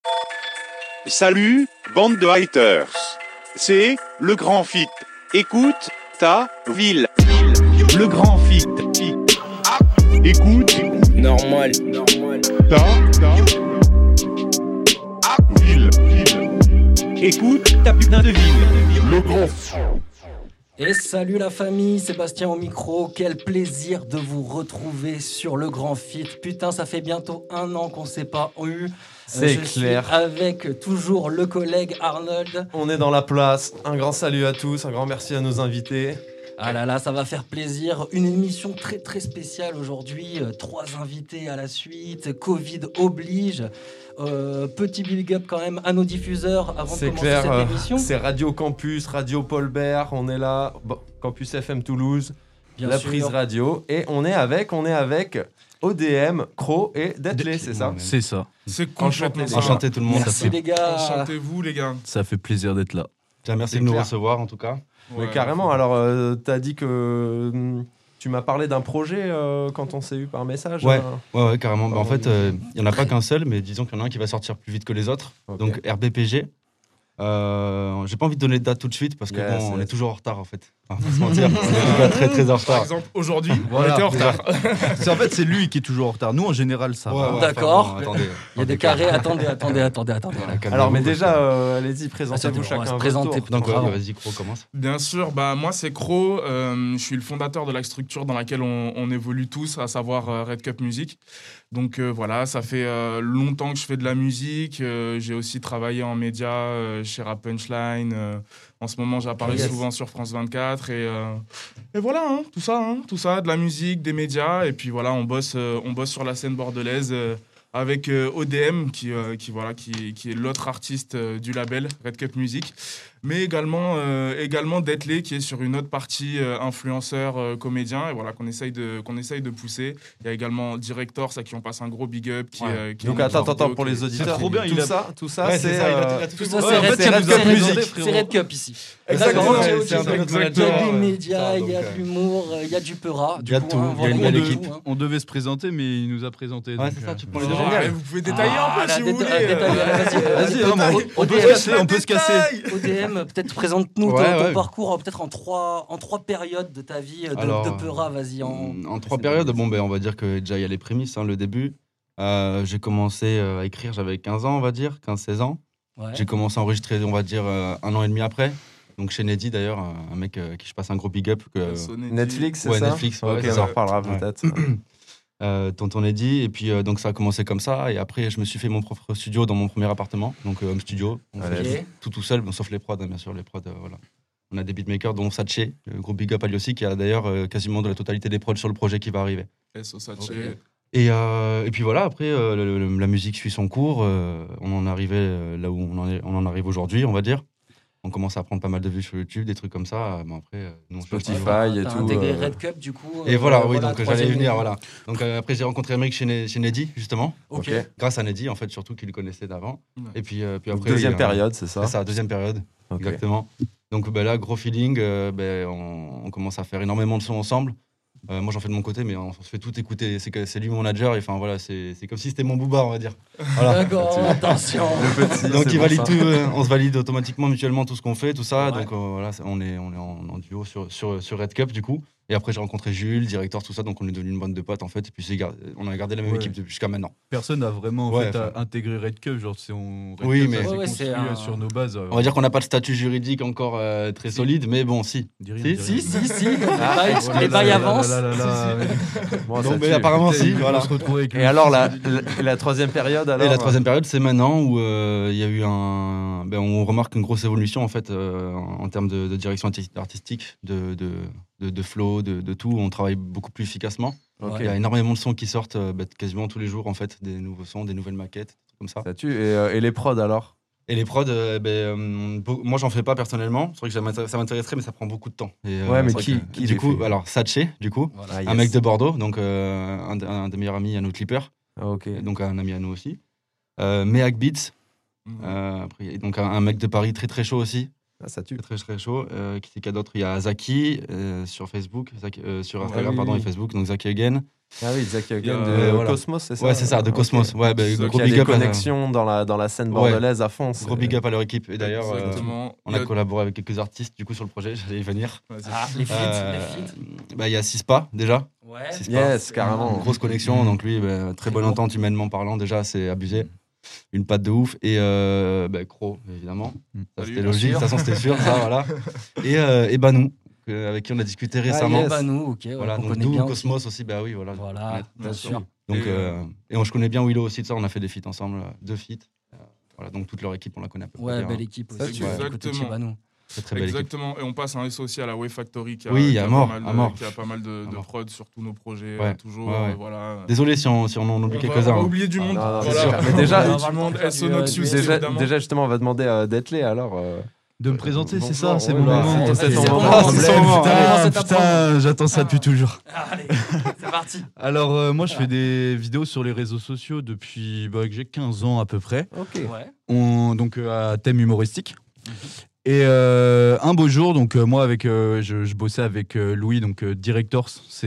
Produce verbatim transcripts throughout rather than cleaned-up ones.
Salut, bande de haters. C'est le grand fit. Écoute ta ville. Le grand fit. Écoute Normal. ta, ta ville. Écoute ta putain de ville. Le grand fit. Et salut la famille, Sébastien au micro, quel plaisir de vous retrouver sur le Grand Fit. Putain, ça fait bientôt un an qu'on s'est pas eu. C'est Je clair. suis avec toujours le collègue Arnold. On est dans la place. Un grand salut à tous, un grand merci à nos invités. Ah là là, ça va faire plaisir. Une émission très très spéciale aujourd'hui. Euh, trois invités à la suite. Covid oblige. Euh, petit big up quand même à nos diffuseurs avant C'est de commencer clair, cette euh, émission. c'est Radio Campus, Radio Paul Bert, on est là, bon, Campus F M Toulouse, Bien la sûr. prise radio, et on est avec, on est avec O D M, Cro et Detley, c'est ça? C'est ça. C'est Enchanté, complètement les ça. gars. Enchanté tout le monde. Merci les gars. Enchantez-vous les gars. Ça fait plaisir d'être là. Tiens, merci C'est de nous clair. recevoir en tout cas. Mais Ouais, carrément, alors euh, t'as dit que hum, tu m'as parlé d'un projet euh, quand on s'est eu par message. Ouais. hein. Ouais, ouais, carrément. Bah, en fait, Euh, il n'y en a pas qu'un seul, mais disons qu'il y en a un qui va sortir plus vite que les autres. Ok. Donc R B P G. Euh, j'ai pas envie de donner de date tout de suite parce que Yes, bon, on yes. est toujours en retard en fait. Enfin, faut se mentir, on est déjà très très en Par retard. exemple, aujourd'hui, Voilà. on était en retard. C'est en fait c'est lui qui est toujours en retard. Nous en général ça Ouais, va. ouais, D'accord. enfin, bon, attendez. Il y a des carrés. Attendez, attendez, attendez, attendez. Voilà, calmez-vous, Alors, mais parce déjà, que- euh, allez-y, Attendez, présentez-vous on va chacun. se à votre présenter. tour. Donc, ouais, Bravo. vas-y, Cro, commence. Bien sûr, bah, moi c'est Cro, euh, je suis le fondateur de la structure dans laquelle on, on évolue tous, à savoir euh, Red Cup Music. Donc euh, voilà, ça fait euh, longtemps que je fais de la musique. euh, j'ai aussi travaillé en médias euh, chez Rap Punchline. euh, en ce moment, j'apparais Yes. souvent sur France vingt-quatre. Et, euh, et voilà, hein, tout ça, hein, tout ça, de la musique, des médias. Et puis voilà, on bosse, euh, on bosse sur la scène bordelaise. euh, avec euh, O D M, qui, euh, qui, voilà, qui, qui est l'autre artiste euh, du label Red Cup Music, mais également, euh, également Detley, qui est sur une autre partie euh, influenceur, euh, comédien, et voilà, qu'on essaye, de, qu'on essaye de pousser. Il y a également Directors, à qui on passe un gros big up. Qui, Ouais. euh, qui Donc, est une attends, vidéo attends, pour qui est- les auditeurs. C'est trop bien, Tout il a- ça, tout ça, Ouais, c'est. c'est ça, il a- euh, il a tout Tout fait. ça, Ouais, c'est en fait, Red c'est Cup, Red Cup c'est Music, Red- frérot. c'est Red Cup ici. Exactement, D'accord, c'est- ok, c'est ok. un peu Il y a exactement, des ouais. médias, Ça, il y a donc, de l'humour, il y a du peura. Il y a Du coup, tout, hein, il y a une voilà, belle on- équipe. hein. On devait se présenter mais il nous a présenté. Ouais, donc, c'est ça, euh, tu prends les Oh, deux. allez, vous pouvez détailler un peu Ah, si la vous déta- voulez. détaille, euh, vas-y, euh, vas-y, détaille. vraiment, on peut O D M, se casser, on peut se casser. Détaille. O D M, peut-être présente-nous ton, Ouais, ton ouais. parcours, euh, peut-être en trois, en trois périodes de ta vie de, Alors, de peura, vas-y. En, En, en trois périodes, bon, ben, on va dire que déjà il y a les prémices, hein, le début. Euh, j'ai commencé euh, à écrire, j'avais quinze ans, on va dire, quinze seize ans. Ouais. J'ai commencé à enregistrer, on va dire, euh, un an et demi après. Donc chez Neddy d'ailleurs, un un mec euh, qui je passe un gros big up. Que, Sonnetti. Netflix, c'est Ouais, ça? Netflix, ouais, Ok, c'est on ça. en reparlera Ouais. peut-être. euh, tonton Neddy. Et puis euh, donc ça a commencé comme ça. Et après, je me suis fait mon propre studio dans mon premier appartement, donc euh, home studio. On Allez. fait Ok. tout tout seul, bon, sauf les prods, hein, bien sûr, les prods, euh, voilà. On a des beatmakers, dont Satché, le gros big up à lui aussi, qui a d'ailleurs euh, quasiment de la totalité des prods sur le projet qui va arriver. S O Sache. Ok. Et, euh, et puis voilà, après, euh, le- le- la musique suit son cours. euh, on en arrivait euh, là où on en, est, on en arrive aujourd'hui, on va dire. On commence à prendre pas mal de vues sur YouTube, des trucs comme ça. euh, Bon, après, euh, nous, on se Spotify fait- et T'as tout. intégré euh, Red Cup, du coup. Et euh, voilà, oui, donc j'allais troisième y venir, niveau. voilà. Donc euh, après, j'ai rencontré Emmerich chez, Ne- chez Neddy, justement, Ok. Ok. grâce à Neddy, en fait, surtout qu'il le connaissait d'avant. Ouais. Et puis, euh, puis Donc, après. deuxième il y a- période, c'est ça? C'est ça, deuxième période, Ok. exactement. Donc ben là, gros feeling, euh, ben, on, on commence à faire énormément de sons ensemble. Euh, moi, j'en fais de mon côté, mais on se fait tout écouter. C'est, que- c'est lui mon manager, et enfin voilà, c'est, c'est comme si c'était mon booba, on va dire. Voilà. D'accord, attention. Le petit, Donc c'est il bon, valide ça. tout, euh, on se valide automatiquement mutuellement tout ce qu'on fait, tout ça. Ouais. Donc euh, voilà, c'est- on est, on est en, en duo sur, sur, sur Red Cup du coup. Et après j'ai rencontré Jules, directeur, tout ça, donc on est devenu une bande de potes en fait. Et puis c'est gar- on a gardé la même Ouais. équipe depuis- jusqu'à maintenant. Personne n'a vraiment en Ouais, fait, enfin. à- intégré Red Cup. Genre, c'est on. Red Oui, Cup, mais- ça s'est Ouais, ouais, construit c'est un- sur nos bases. euh, On va dire qu'on n'a pas de statut juridique encore euh, très Si. solide, mais bon, si. dis rien, Si, dis Si, rien. si, si. Ah, Les Oh là bails- les là bails là là avancent. là là là là. Bon, ça Donc, mais tue. apparemment, Putain, si, ils vont voilà. se retrouver avec Et le- alors, la, la, la troisième période, alors Et la troisième période, c'est maintenant où euh, il y a eu un. Ben, on remarque une grosse évolution en fait euh, en termes de, de direction arti- artistique, de, de, de, de flow, de, de tout. On travaille beaucoup plus efficacement. Ok. Il y a énormément de sons qui sortent euh, ben, quasiment tous les jours en fait, des nouveaux sons, des nouvelles maquettes, des trucs comme ça. Ça tue. Et, euh, et les prods alors? Et les prods, euh, ben, euh, beau- moi j'en fais pas personnellement. C'est vrai que ça m'intér- ça m'intéresserait, mais ça prend beaucoup de temps. Et, euh, Ouais, mais c'est vrai qui- que- qui Du les coup, fait alors Satché, du coup, Voilà. Ah, un yes. mec de Bordeaux, donc euh, un, de- un des meilleurs amis à nos clippers, Ah, ok. et donc un ami à nous aussi. Euh, Meak Beats, euh, après, et donc un, un mec de Paris très très chaud aussi, Ah, ça tue. très très, très chaud. Euh, qui c'est qu'il y a d'autres? Il y a Zaki euh, sur Facebook, Zaki- euh, sur Ah Instagram oui, pardon oui. et Facebook, donc Zaki Again. Ah oui, Zach Hagen Euh, de ouais, voilà. Cosmos, c'est ça? Ouais, c'est ça, de Ok. Cosmos. Ouais, bah, Donc, gros Il y a big des up à- connexions dans la, dans la scène Ouais. bordelaise à fond. Gros big up à leur équipe. Et d'ailleurs, euh, Exactement. on Il a y a- collaboré avec quelques artistes du coup sur le projet. J'allais y venir. Vas-y. Ah, les feats, Euh, les feats. bah, il y a Sispa déjà. Ouais. Sispa. Yes, Une carrément. grosse connexion, donc lui, bah, très Très bonne beau. entente humainement parlant, déjà, c'est abusé. Une patte de ouf. Et euh, bah, Cro, évidemment. Ça, Salut, c'était bien logique, de sûr. toute façon, c'était sûr, ça, voilà. Et, euh, et Banou, que- avec qui on a discuté récemment. yes. Bah, nous, ok, ouais, Voilà, qu'on donc connaît d'où bien Cosmos aussi. aussi. bah oui, voilà. Voilà, Ouais. bien sûr. Donc, Et, euh, et on, je connais bien Willow aussi, de ça, on a fait des feats ensemble, euh, deux feats. Euh, voilà, donc toute leur équipe, on la connaît un peu. Ouais, bien. belle équipe Ça, aussi. tu- ouais, du côté de Exactement. chez Banou. Très, très belle équipe. Exactement. Et on passe un S aussi à la Way Factory qui a, Oui, qui à a mort, pas mal à de, mort. qui a pas mal de, À de mort. prod sur tous nos projets. Ouais, euh, toujours, ouais, ouais. euh, voilà. Désolé si on, si on en On oublie va- quelques-uns. On va hein. oublier du monde. non, non, Voilà. c'est sûr. Mais déjà- On va On va oublier du monde. faire S O du, euh, Noxus, du- Déjà, évidemment. déjà, justement, on va demander à Detley alors. euh, De me présenter, c'est bonjour, ça, c'est ouais, mon là, moment. c'est- c'est c'est ton ton moment, moment. c'est c'est ton ton moment. moment. Allez, Putain, c'est ta putain, j'attends ça depuis toujours. Allez, c'est parti. Alors, euh, moi, je fais des vidéos sur les réseaux sociaux depuis bah, que j'ai quinze ans à peu près. Ok. Ouais. On, donc, euh, à thème humoristique. Et euh, un beau jour, donc euh, moi avec, euh, je, je bossais avec euh, Louis, donc euh, Directors,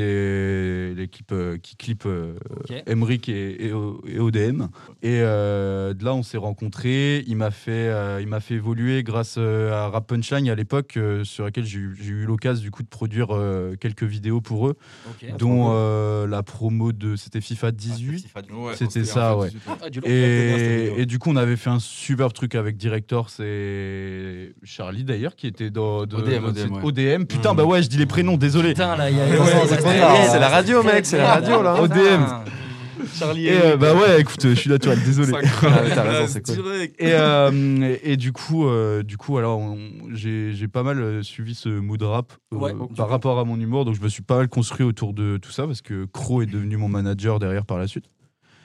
c'est l'équipe euh, qui clip euh, Ok. Emric et, et, O- et O D M. Et euh, de là, on s'est rencontrés. Il m'a fait, euh, il m'a fait évoluer grâce euh, à Rap Punchline à l'époque, euh, sur laquelle j'ai eu, j'ai eu l'occasion du coup de produire euh, quelques vidéos pour eux, Ok. dont euh, la promo de c'était FIFA dix-huit. Ouais, C'était en ça, fait ouais. dix-huit ans. Ah, du lourd. Et, et du coup, on avait fait un superbe truc avec Director, c'est Charlie d'ailleurs, qui était dans, de- O D M, dans O D M, cette- ouais. O D M. Putain, Mmh. bah ouais, je dis les prénoms, désolé. Putain, là, il y a. Ouais, c'est trop tard. C'est la radio, mec, c'est la radio, là. O D M. Charlie Et euh, bah ouais, écoute, je suis naturel, désolé. Ça Ah, mais t'as raison, classe c'est cool. direct. Et, euh, et, et du coup, euh, du coup, alors on- j'ai j'ai pas mal euh, suivi ce mood rap euh, Ouais. par rapport à mon humour, donc je me suis pas mal construit autour de tout ça parce que Cro est devenu mon manager derrière par la suite.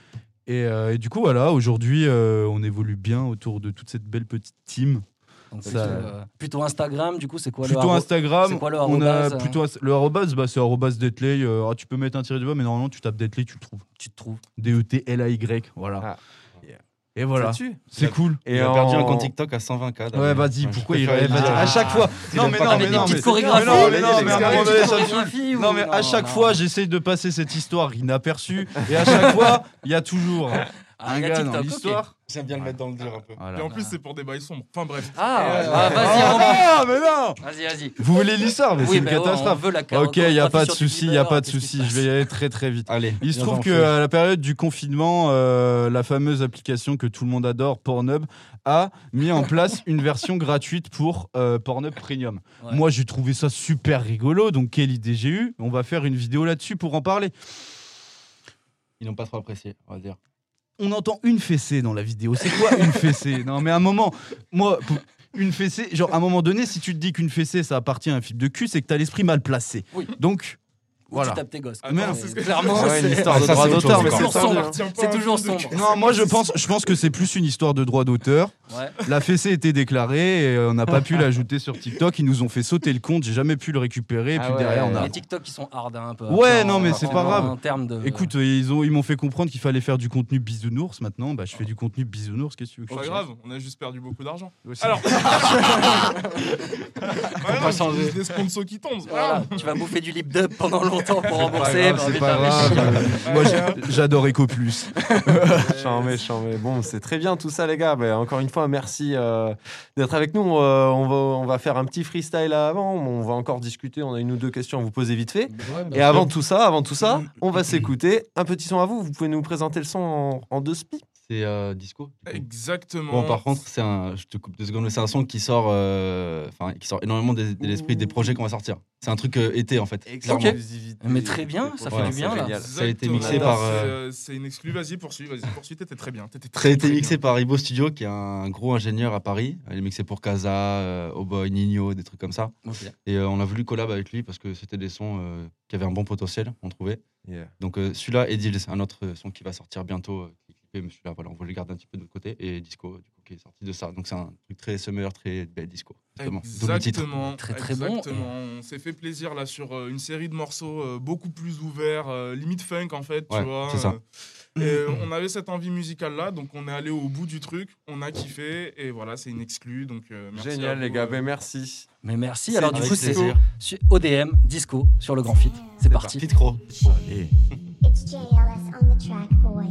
Et, euh, et du coup, voilà, aujourd'hui, euh, on évolue bien autour de toute cette belle petite team. Donc, Ça- plutôt, euh, plutôt Instagram, du coup, c'est quoi le Plutôt arro- Instagram, c'est quoi le on a arrobase, euh plutôt as- le arrobase, bah, c'est arrobase Detley. euh, ah, tu peux mettre un tiré du bas, mais normalement tu tapes Detley, tu le trouves. Tu te trouves. D E T L A Y, voilà. Ah, yeah. Et voilà, Là-dessus. c'est cool. Et il a perdu un compte TikTok à cent vingt K. Ouais, vas-y, pourquoi il préfère vas-y, le dire. à chaque fois. Non, mais non, Avec mais des non, petites mais chorégraphies. non, mais non, mais à un Avec moment des donné, petites ça me chorégraphies ou- Non, mais à chaque non. fois, j'essaye de passer cette histoire inaperçue. Et à chaque fois, il y a toujours Ah, un il y a gars TikTok, dans ok. l'histoire. J'aime bien le mettre dans le dur un peu. Voilà. Et en plus, c'est pour des bails sombres. Enfin bref. Ah, Et, euh, ah, vas-y, Ah, mais non on- vas-y, vas-y. Vous voulez l'histoire, mais Oui, c'est une bah ouais, on catastrophe. veut la Ok, il n'y a pas de chorégraphie sur souci, il du n'y a leader, pas de qu'est-ce qui souci. se Je passe vais y aller très très vite. Allez. Il se viens trouve dans le qu'à feu. la période du confinement, euh, la fameuse application que tout le monde adore, Pornhub, a mis en place une version gratuite pour euh, Pornhub Premium. Ouais. Moi, j'ai trouvé ça super rigolo, donc quelle idée j'ai eue. On va faire une vidéo là-dessus pour en parler. Ils n'ont pas trop apprécié, on va dire. On entend une fessée dans la vidéo. C'est quoi une fessée? Non, mais à un moment, moi, pour- une fessée, genre à un moment donné, si tu te dis qu'une fessée ça appartient à un film de cul, c'est que t'as l'esprit mal placé. Oui. Donc, Ou voilà. tu tapes tes gosses. Attends, Mais non, c'est ce que- clairement, Ouais, une c'est histoire Ah, de ça, droit c'est autre d'auteur, chose mais encore. c'est toujours tendu, sombre. hein. appartient pas C'est à un toujours film de sombre. cul. non, moi je pense, je pense que c'est plus une histoire de droit d'auteur. Ouais. La fessée était déclarée et on n'a pas pu l'ajouter sur TikTok. Ils nous ont fait sauter le compte. J'ai jamais pu le récupérer. Et Ah puis ouais. derrière, on a. Les TikTok qui sont hard hein, un peu. Ouais, Après, non, en- mais c'est en- pas grave. En termes de. Écoute, euh, ils ont, ils m'ont fait comprendre qu'il fallait faire du contenu bisounours. Maintenant, bah, je fais du contenu bisounours. Qu'est-ce que tu veux que Pas je grave, on a juste perdu beaucoup d'argent. fasse Alors. pas Ouais, changer. c'est des sponsors qui tombent. Voilà, tu vas bouffer du lip dub pendant longtemps pour Pas rembourser. grave, bah, c'est vite pas réfléchir. grave. Euh, Moi, j'ai- j'adore Eco Plus. Chambé, chambé. Bon, c'est très bien tout ça, les gars. Ben, encore une fois, merci euh, d'être avec nous. Euh, on, va, on va faire un petit freestyle avant. On va encore discuter. On a une ou deux questions à vous poser vite fait. Ouais, bah, Et avant tout ça, avant tout ça, on va s'écouter. Un petit son à vous. Vous pouvez nous présenter le son en, en deux spi. C'est euh, disco. du coup. Exactement. Bon, par contre, c'est un, je te coupe deux secondes, mais c'est un son qui sort, euh, enfin, qui sort énormément de, de l'esprit des projets qu'on va sortir. C'est un truc euh, été en fait. clairement. Ok. Mais très bien, ça fait du bien, là. Génial. Ça a été Exactement. mixé par, C'est, euh, euh, C'est une exclue. Vas-y, poursuis. Vas-y, poursuis. T'étais très bien. T'étais Ça a très, été très mixé bien. par Ibo Studio, qui est un gros ingénieur à Paris. Il est mixé pour Casa, euh, Oh Boy, Nino, des trucs comme ça. Ok. Et euh, on a voulu collab avec lui parce que c'était des sons euh, qui avaient un bon potentiel, on trouvait. Yeah. Donc euh, celui-là et Deals, un autre son qui va sortir bientôt, euh, qui est clippé, mais celui-là, voilà, on voulait le garder un petit peu de notre côté. Et Disco, du coup, qui est sorti de ça. Donc c'est un truc très summer, très belle disco. Justement. D'où le titre. Exactement. Très, très bon. Exactement. On s'est fait plaisir là sur euh, une série de morceaux euh, beaucoup plus ouverts, euh, limite funk en fait, Ouais, tu vois. c'est ça. euh, et euh, on avait cette envie musicale là, donc on est allé au bout du truc, on a kiffé et voilà, c'est une exclue. Donc euh, merci à Génial, vous, les gars. euh, Ben, merci. Mais merci. C'est Alors, du avec coup, c'est plaisir. sur O D M, Disco, sur le Grand Fit. C'est parti. Petite croc. Et It's J L S on the track, boy.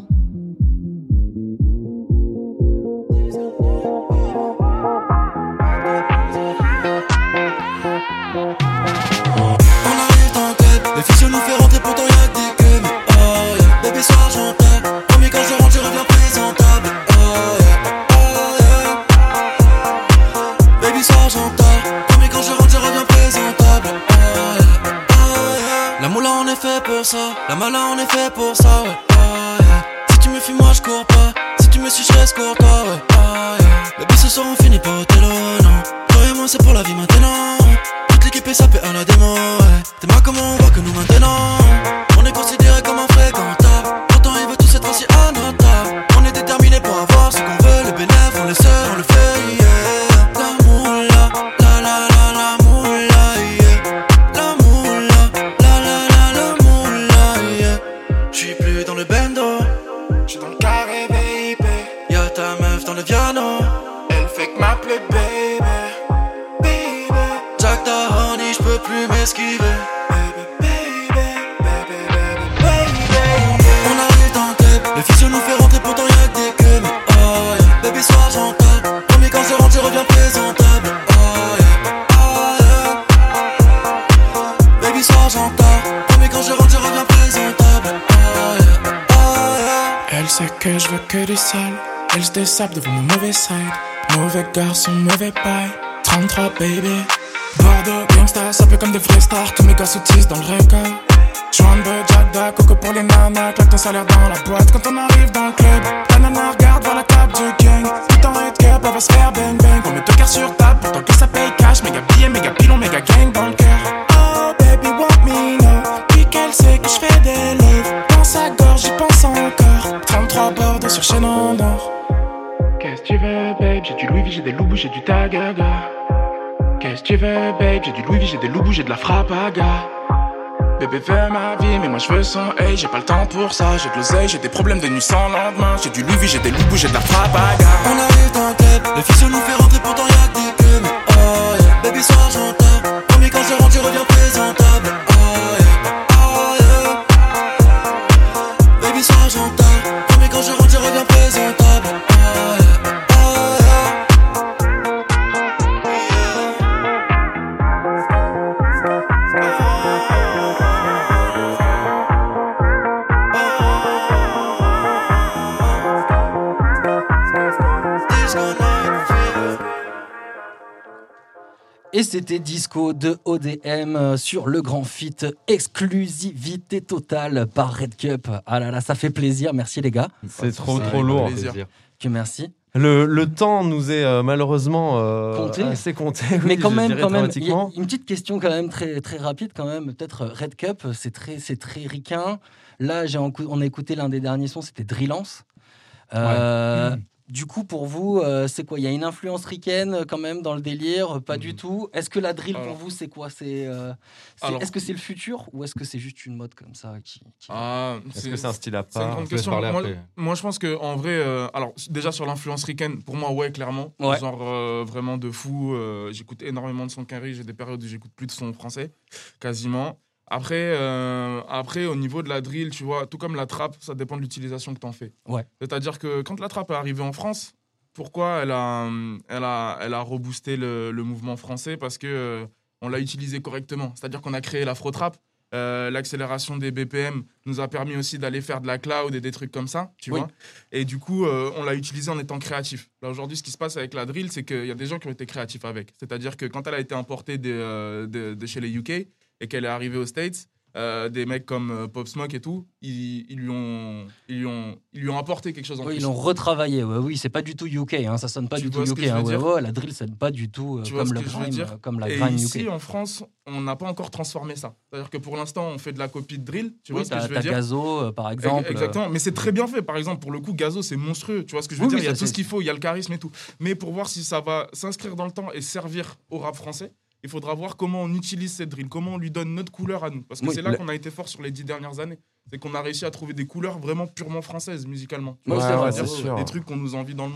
On arrive dans le club, le physio nous fait rentrer, pourtant y'a que des queues. Mais oh yeah, bébé soir j'entends. Premier quand je rentre, je reviens présentable. Oh yeah, oh yeah. Baby soir j'entends. Premier quand je rentre, je reviens présentable. Oh yeah, oh yeah. La moula on est fait pour ça, la mala on est fait pour ça, ouais. Oh yeah. Si tu me fuis, moi je cours pas. Si tu me suis, je reste court, toi, ouais. Oh yeah. Baby ce soir on finit pas au télo, non. Toi et moi c'est pour la vie maintenant. L'équipe est sapée à la démo, ouais. T'es mal comment on voit que nous maintenant on est considéré comme infréquentable. Pourtant il veut tous être assis à notre table. On est déterminé pour avoir ce qu'on veut. Le bénéfice on le sait, on le fait, yeah. La moula, la la la la moula, yeah. La moula, la la la la moula, yeah. J'suis plus dans le bendo, j'suis dans le carré, baby. Y'a ta meuf dans le piano, elle fait que m'appeler baby. Jack ta honey, j'peux plus m'esquiver. Baby, baby, baby, baby, baby. On arrive dans le club, le physio nous fait rentrer, pourtant y'a que des queues. Mais oh yeah, baby soir j'entends. Premier quand je rentre, je reviens présentable. Oh yeah, oh yeah. Baby soir j'entends. Premier quand je rentre, je reviens présentable. Oh yeah, oh yeah. Elle sait que je veux que du sale. Elle se dessape devant mon mauvais side. Mauvais garçon, mauvais bail. trente-trois baby. Bordeaux, gangsta, ça fait comme des vrais stars. Tous mes gars soutissent dans le record. Joint de Jada, coco pour les nanas. Claque ton salaire dans la boîte quand on arrive dans le club. La nana regarde vers la table du gang. Tout en red cup, elle va se faire bang bang. On met deux quarts sur table, pourtant que ça paye cash. Méga billets, méga pilon, méga gang dans le cœur. Oh baby, want me now. Puis qu'elle sait que je fais des love. Dans sa gorge, j'y pense encore. trente-trois Bordeaux sur chaîne en or. Qu'est-ce que tu veux, babe? J'ai du Louis V, j'ai des loubous, j'ai du Tagaga. Qu'est-ce que tu veux, babe? J'ai du Louis V, j'ai des loubous, j'ai de la frappe à gars. Bébé veut ma vie, mais moi je veux son hey. J'ai pas le temps pour ça, j'ai de l'oseille, j'ai des problèmes de nuit sans lendemain. J'ai du Louis V, j'ai des loubous, j'ai de la frappe à gars. On arrive dans le club, le physio nous fait rentrer, pourtant y'a que des queues. Mais oh yeah, baby soir j'entends. Premier quand je rentre, je reviens présentable. Oh yeah, oh yeah. Baby soir j'entends. Premier quand je rentre, je reviens présentable. Oh yeah, oh yeah. Et c'était Disco de O D M sur le Grand Fit, exclusivité totale par Red Cup. Ah là là, ça fait plaisir, merci les gars. C'est trop trop lourd. Que merci. Le, le temps nous est euh, malheureusement euh, compté. assez compté. Mais oui, quand je même, dirais quand même, il y a dramatiquement. une petite question quand même très très rapide quand même. Peut-être Red Cup, c'est très c'est très ricain. Là, j'ai encou- on a écouté l'un des derniers sons, c'était Drillance. Euh, Ouais. Mmh. Du coup, pour vous, euh, c'est quoi? Il y a une influence ricaine quand même dans le délire? Pas mmh. du tout. Est-ce que la drill Alors, pour vous, c'est quoi? C'est, euh, c'est alors, est-ce que c'est le futur ou est-ce que c'est juste une mode comme ça qui, qui... Ah, Est-ce que c'est un style à C'est une part? grande Je laisse question. parler Moi, après. moi, je pense que en vrai, euh, alors déjà sur l'influence ricaine, pour moi, ouais, clairement, Ouais. genre euh, vraiment de fou. euh, j'écoute énormément de son carré. J'ai des périodes où j'écoute plus de son français, quasiment. Après, euh, après, au niveau de la drill, tu vois, tout comme la trap, ça dépend de l'utilisation que t'en fais. Ouais. C'est-à-dire que quand la trap est arrivée en France, pourquoi elle a, elle a, elle a reboosté le, le mouvement français? Parce que euh, on l'a utilisé correctement. C'est-à-dire qu'on a créé l'afro-trap. Euh, l'accélération des B P M nous a permis aussi d'aller faire de la cloud et des trucs comme ça, tu Oui. vois. Et du coup, euh, on l'a utilisé en étant créatif. Là, aujourd'hui, ce qui se passe avec la drill, c'est qu'il y a des gens qui ont été créatifs avec. C'est-à-dire que quand elle a été importée de, euh, de, de chez les U K et qu'elle est arrivée aux States, euh, des mecs comme euh, Pop Smoke et tout, ils, ils, lui ont, ils, lui ont, ils lui ont apporté quelque chose en Oui, plus. ils l'ont retravaillé. Ouais, oui, c'est pas du tout U K. Hein, ça sonne pas Tu du tout vois ce U que K. je veux Hein, ouais, dire ouais, la drill sonne pas du tout euh, Tu vois comme, ce le que je veux grime, dire euh, comme la Et grime ici, U K. en France, on n'a pas encore transformé ça. C'est-à-dire que pour l'instant, on fait de la copie de drill. Tu vois Oui, ce que t'as, je veux t'as dire Gazo, euh, par exemple. Exactement, mais c'est très bien fait. Par exemple, pour le coup, Gazo, c'est monstrueux. Tu vois ce que je veux Oui, dire oui, Il y a ça, tout c'est- ce qu'il faut, il y a le charisme et tout. Mais pour voir si ça va s'inscrire dans le temps et servir au rap français, il faudra voir comment on utilise cette drill, comment on lui donne notre couleur à nous. Parce que Oui, c'est là le- qu'on a été fort sur les dix dernières années. C'est qu'on a réussi à trouver des couleurs vraiment purement françaises musicalement. Tu Ouais, vois c'est ce que vrai, je veux c'est dire sûr. Des trucs qu'on nous envie dans le monde.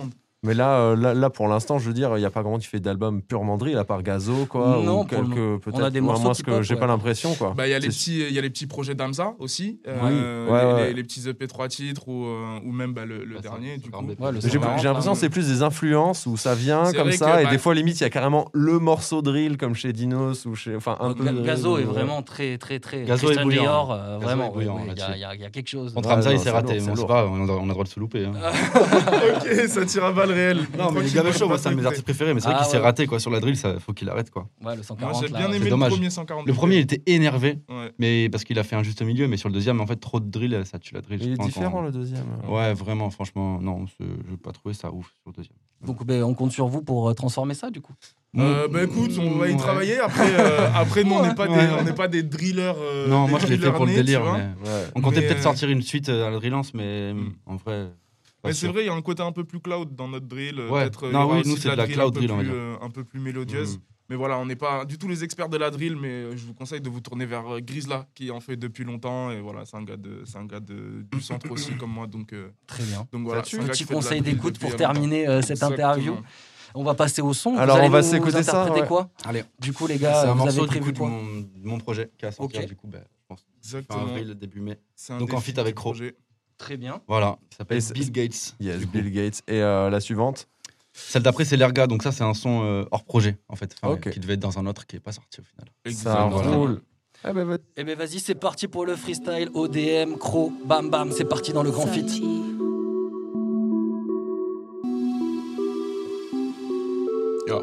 Mais là, euh, là, là, pour l'instant, je veux dire, il n'y a pas grand qui fait d'album purement drill, à part Gazo, quoi. Non, ou pour le quelques, moment. peut-être. On a des moi, morceaux moi, ce que hip-hop, j'ai ouais. pas l'impression, quoi. Bah, il y a les C'est- petits, il y a les petits projets d'Amza aussi, euh, Oui. les, Ouais, ouais. les- les petits E P trois titres ou, euh, ou même bah, le, le Ouais, ça- dernier ça du coup. parle Ouais, le J'ai j'ai cent quarante, l'impression là. que c'est plus des influences où ça vient C'est comme vrai ça, que, et bah, des fois, limite, il y a carrément le morceau drill, comme chez Dinos, ou chez. Enfin, un peu. Ga- de drill, Gazo est ouais. vraiment très, très, très. Gazo Christian est bouillant. Dior, euh, Gazo vraiment, est bouillant, oui, oui, il y a- là-dessus. il y, a- il y a quelque chose. Contre Ouais, Hamza, non, il s'est c'est raté. lourd, c'est Bon, c'est lourd. pas grave, on a, on a le droit de se louper. Hein. Ok, ça tire à balles réelles. Non, mais les Tranquille, Gabé Show, moi, pas c'est un de mes s'écouter. artistes préférés, mais c'est vrai Ah, qu'il s'est ouais. raté quoi, sur la drill, ça faut qu'il arrête. Quoi. Ouais, le cent Moi, quarante. j'ai là, bien ouais. aimé C'est le dommage. premier cent quarante. Le premier, il était énervé, Ouais. mais parce qu'il a fait un juste milieu, mais sur le deuxième, en fait, trop de drill, ça tue la drill. Il je est crois, différent, quand- le deuxième. Ouais, vraiment, franchement, non, c'est- je n'ai pas trouvé ça ouf sur le deuxième. Donc, ben, on compte sur vous pour euh, transformer ça, du coup. Euh, bah écoute, on va y Ouais. travailler. Après, euh, après nous, on n'est pas, Ouais. des- on n'est pas des drillers. euh, Non, des moi je l'ai fait drillers pour le nés, tu délire, vois. mais Ouais. on comptait Mais, peut-être euh, sortir une suite à la drillance, mais Mm. en vrai. pas Mais c'est sûr. vrai, il y a un côté un peu plus cloud dans notre drill. euh, Ouais. Peut-être, euh, Non, il y aura oui, aussi nous, c'est de la drill cloud un peu drill, on va plus, dire. euh, un peu plus mélodieuse. Mm. Mais voilà, on n'est pas du tout les experts de la drill, mais euh, je vous conseille de vous tourner vers euh, Grizzla, qui en fait depuis longtemps. Et voilà, c'est un gars, de, c'est un gars de, du centre aussi, comme moi. Donc, euh, Très bien. donc voilà, Ça c'est tue. un gars Petit qui fait de la conseil drill d'écoute depuis pour il y a longtemps. terminer euh, cette Exactement. interview. On va passer au son. Alors, Vous allez on va nous s'écouter ça, interpréter ouais. quoi Allez, Du coup, les c'est gars, un vous morceau avez du prévu coup de quoi mon, de mon projet qui a sorti Ok. du coup, bah, je pense, fin Exactement. avril, début mai. C'est un Donc en défi feat avec du Ro. projet. Très bien. Voilà, qui s'appelle Et c'est- Bill Gates. Yes, du coup. Bill Gates. Et euh, la suivante Celle d'après, c'est l'Erga, donc ça, c'est un son euh, hors projet, en fait, enfin, Ok. qui devait être dans un autre qui n'est pas sorti au final. Ça Exactement. roule. Eh ben, va- Eh ben vas-y, c'est parti pour le freestyle O D M, Cro, bam bam, c'est parti dans le grand feat. Yeah.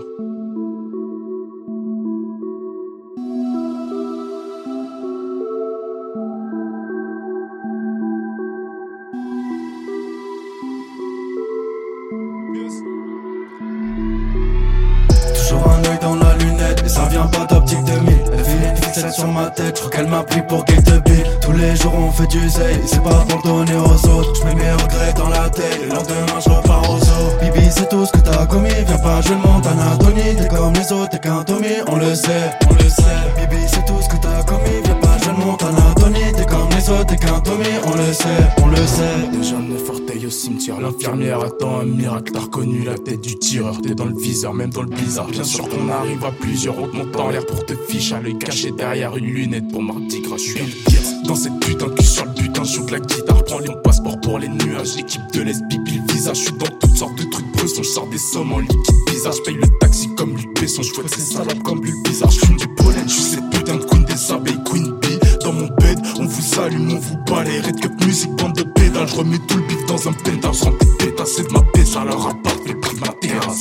Toujours un œil dans la lunette, et ça vient pas d'optique deux mille. Elle fait une fixette sur ma tête, je crois qu'elle m'a pris pour Gate de Bill. Tous les jours on fait du zèle, et c'est pas pour le donner aux autres. Je mets mes regrets dans la tête, et le lendemain je repars aux eaux. Bibi, c'est tout ce que t'as commis, viens pas jouer le Montana Tony. T'es comme les autres, t'es qu'un Tommy, on le sait, on le sait. Bibi, c'est tout ce que t'as commis, viens pas jouer le Montana Tony. T'es comme les autres, t'es qu'un Tommy, on le sait, on le sait. Déjà neuf orteils au cimetière, l'infirmière attend un miracle. T'as reconnu la tête du tireur, t'es dans le viseur, même dans le blizzard. Bien sûr qu'on arrive à plusieurs, on te monte en l'air pour te ficher à l'œil caché derrière une lunette pour Mardi Gras. Je suis le pire dans cette putain de cul sur le butin. Je joue de la guitare, prends les passeport pour les nuages. L'équipe de l'Est, pipi le visage. Je suis dans toutes sortes de trucs bressons, je sors des sommes en liquide bizarre. Je paye le taxi comme Luc Besson, je fouette ces salopes comme Luc Bizarre. Je fume du pollen, je suis cette putain de queen des abeilles, Queen Bee. Dans mon bed, on vous allume, on vous balaye. Red Cup musique, bande de pédales. Je remets tout le bif dans un penthouse. Je rentre des pétasses, c'est de ma paix, ça leur apporte le prix de ma terrasse.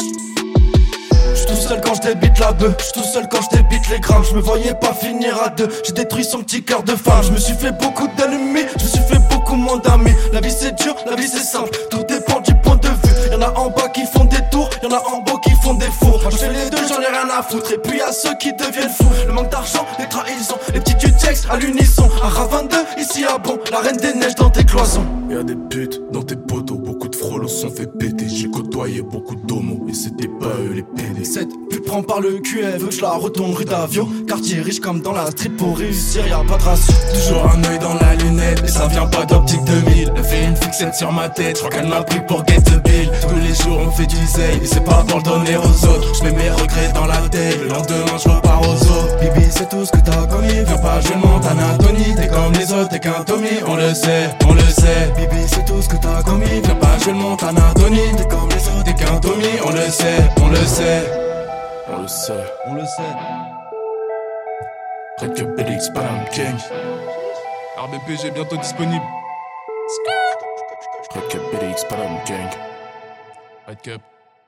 J'suis tout seul quand je débite la bœuf, j'suis tout seul quand je débite les grammes. Je me voyais pas finir à deux, j'ai détruit son petit cœur de femme. Je me suis fait beaucoup d'ennemis, je me suis fait beaucoup moins d'amis. La vie c'est dur, la vie c'est simple, tout dépend du point de vue. Y'en a en bas qui font des tours, y'en a en bas qui font des fours. Je fais les deux, j'en ai rien à foutre. Et puis y'a ceux qui deviennent fous, le manque d'argent, les trahisons, les petits du texte à l'unisson. Un R A vingt-deux, ici à bon, la reine des neiges dans tes cloisons. Y'a des putes dans tes poteaux, beaucoup de frolos sont fait péter. J'ai côtoyé beaucoup d'homos et c'était pas eux les pédés. Cette pute prend par le cul, elle veut que je la retourne rue d'Avio. Quartier riche comme dans la street, pour réussir y'a pas de ratio. Toujours un œil dans la lunette, et ça vient pas d'optique deux mille. Elle fait une fixette sur ma tête, je crois qu'elle m'a pris pour Gate the Bill. Tous les jours on fait du zèle, et c'est pas pour le donner aux autres. Je mets mes regrets dans la tête, le lendemain je repars aux autres. Bibi, c'est tout ce que t'as commis, Viens pas jouer le Montana Tony, t'es comme les autres, t'es qu'un Tommy, on le sait, on le sait. Bibi, c'est tout ce que t'as commis, Viens pas jouer le Montana Tony, t'es comme les autres. t'es qu'un Tommy, on le sait, on le sait. On le sait, On le sait. Red Cup B D X, Panam King. R B P G bientôt disponible. Red Cup B D X, Panam King. Red Cup.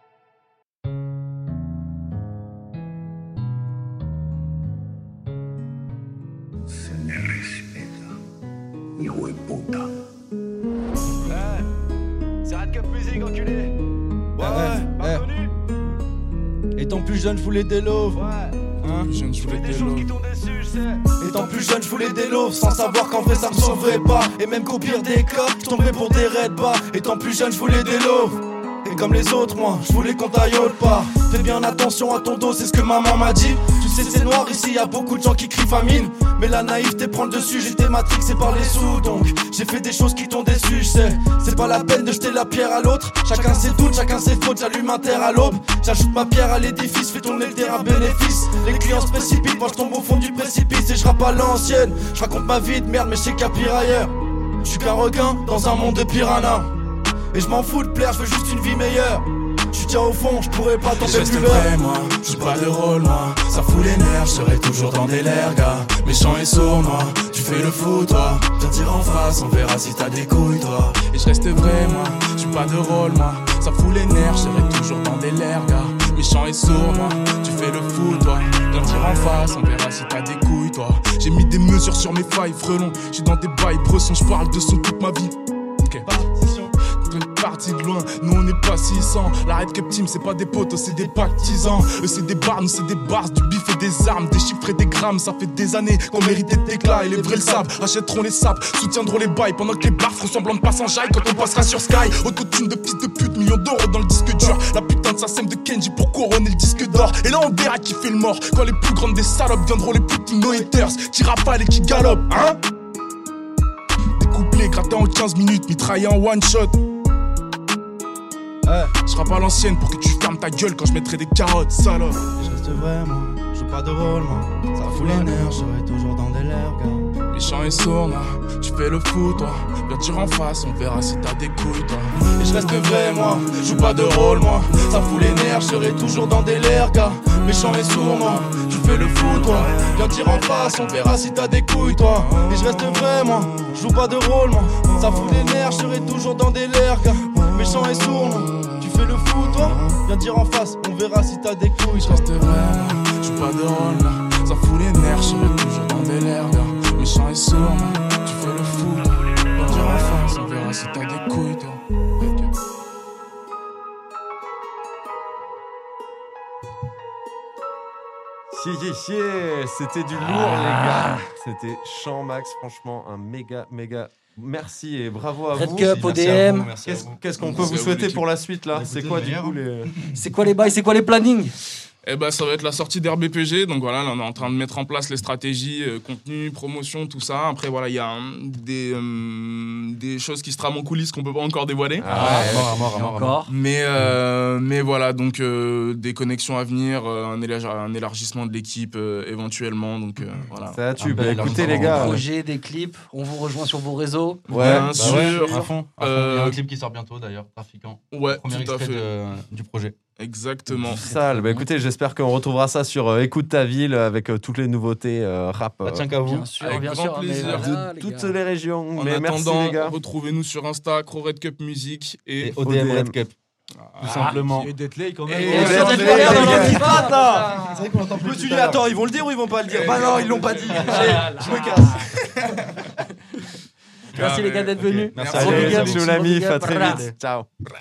C'est Red Cup Music, enculé. Ouais, ouais, ouais. Étant plus jeune, je voulais des loaves. Hein? Plus jeune, je voulais des lots. Dessus, je sais. Étant plus jeune, je voulais des loaves, sans savoir qu'en vrai ça me sauverait pas. Et même qu'au pire des cas, je tomberais pour des raids bas. Étant plus jeune, je voulais des loaves. Et comme les autres, moi, je voulais qu'on t'aille au part. Fais bien attention à ton dos, c'est ce que maman m'a dit. Tu sais, c'est noir ici, y'a beaucoup de gens qui crient famine. Mais la naïveté prend le dessus, j'étais matrixé par les sous. Donc, j'ai fait des choses qui t'ont déçu, je sais. C'est pas la peine de jeter la pierre à l'autre. Chacun ses doutes, chacun ses fautes, j'allume un terre à l'aube. J'ajoute ma pierre à l'édifice, fais tourner le terrain bénéfice. Les clients se précipitent, moi je tombe au fond du précipice. Et je rappe à l'ancienne, je raconte ma vie de merde, mais je sais qu'il y a pire ailleurs. Je suis qu'un requin dans un monde de piranhas. Et je m'en fous de plaire, je veux juste une vie meilleure. Je tiens au fond, je pourrais pas tomber plus bas. Vrai, moi, je joue pas de rôle, moi. Ça fout les nerfs, je serai toujours dans des lairs, gars. Méchant et sournois, tu fais le fou, toi. Viens dire en face, on verra si t'as des couilles, toi. Et je reste vrai, moi, je joue pas de rôle, moi. Ça fout les nerfs, je serai toujours dans des lairs, gars. Méchant et sournois, tu fais le fou, toi. Viens dire en face, on verra si t'as des couilles, toi. J'ai mis des mesures sur mes failles, frelons. J'suis dans des bails bressons, j'parle de son toute ma vie. Ok, partition. Parti de loin, nous on n'est pas six cents. La Red Cup Team c'est pas des potos, c'est des partisans. Eux c'est des bars, nous c'est des bars, du bif et des armes, des chiffres et des grammes. Ça fait des années qu'on méritait d'éclat et les vrais le savent. Achèteront les sapes, soutiendront les bails pendant que les bars feront semblant de passer en jaille quand on passera sur Sky. Autotune de fils de pute, millions d'euros dans le disque dur. La putain de sa sème de Kenji pour couronner le disque d'or. Et là on verra qui fait le mort quand les plus grandes des salopes viendront les petits no-haters qui rafalent et qui galopent, hein. Des couplets grattés en quinze minutes, mitraillés en one shot. Ouais. Je rappe à l'ancienne pour que tu fermes ta gueule quand je mettrai des carottes, salope. Je reste vrai, moi, je joue pas de rôle, moi. Ça fout les nerfs, je serai toujours dans des lairs, gars. Méchant et sournois, tu fais le fou, toi. Viens dire en face, on verra si t'as des couilles, toi. Et je reste vrai, moi, je joue pas de rôle, moi. Ça fout les nerfs, je serai toujours dans des lairs, gars. Méchant et sournois, tu fais le fou, toi. Viens dire en face, on verra si t'as des couilles, toi. Et je reste vrai, moi, je joue pas de rôle, moi. Ça fout les nerfs, je serai toujours dans des lairs, gars. Méchant et sournois, tu fais le fou, toi. Viens dire en face, on verra si t'as des couilles, je reste vrai, moi, je joue pas de rôle, là. Ça fout les nerfs, je serai toujours dans des lairs, gars. Méchant et sournois, tu fais le fou, toi. Viens dire en face, on verra si t'as des couilles, toi. Yeah, yeah, yeah. C'était du lourd, ah. les gars. C'était Chant Max, franchement, un méga, méga. Merci et bravo à Red vous. Cup, O D M. Qu'est-ce, qu'est-ce qu'on peut vous souhaiter pour la suite là? C'est quoi du coup les... C'est quoi les bails? C'est quoi les plannings? Eh ben, ça va être la sortie d'R B P G. Donc voilà, là, on est en train de mettre en place les stratégies, euh, contenu, promotion, tout ça. Après, voilà, il y a hein, des, euh, des choses qui se trament en coulisses qu'on peut pas encore dévoiler. Ah ouais, mort, mort, mort, encore. Mais, euh, mais voilà, donc euh, des connexions à venir, euh, un, élarg- un élargissement de l'équipe euh, éventuellement. Donc euh, voilà. Ça tue. Ah, bah, écoutez les gars. Des projets, des clips, on vous rejoint sur vos réseaux. Ouais, Bien Bah sûr. ouais, à fond. À fond. Euh, Il y a un clip qui sort bientôt d'ailleurs, Trafiquant. Ouais, Premier tout à extrait fait. de- du projet. Exactement. Sale. Bah, écoutez, j'espère qu'on retrouvera ça sur euh, Écoute ta ville avec euh, toutes les nouveautés euh, rap. Bah, euh, tiens qu'à vous. Bien sûr, Avec bien grand sûr. mais plaisir. voilà, de les toutes gars. les régions. En Mais merci attendant, les gars. retrouvez-nous sur Insta, Crow Red Cup Music et, Et O D M Red Cup. Ah, Tout simplement. Et Detley quand même. Et- Et Et- sur Et- des fleurs dans Et- le divan, Attends. putain. C'est vrai qu'on entend plus. Je me suis tout dit, à l'heure. attends, ils vont le dire ou ils vont pas le dire? Bah non, ils l'ont pas dit. J'ai- Je me casse. Merci les gars d'être venus. Merci à Gros vous. big up, Allez, gros ciao la big mif, up. à très vite. Ciao.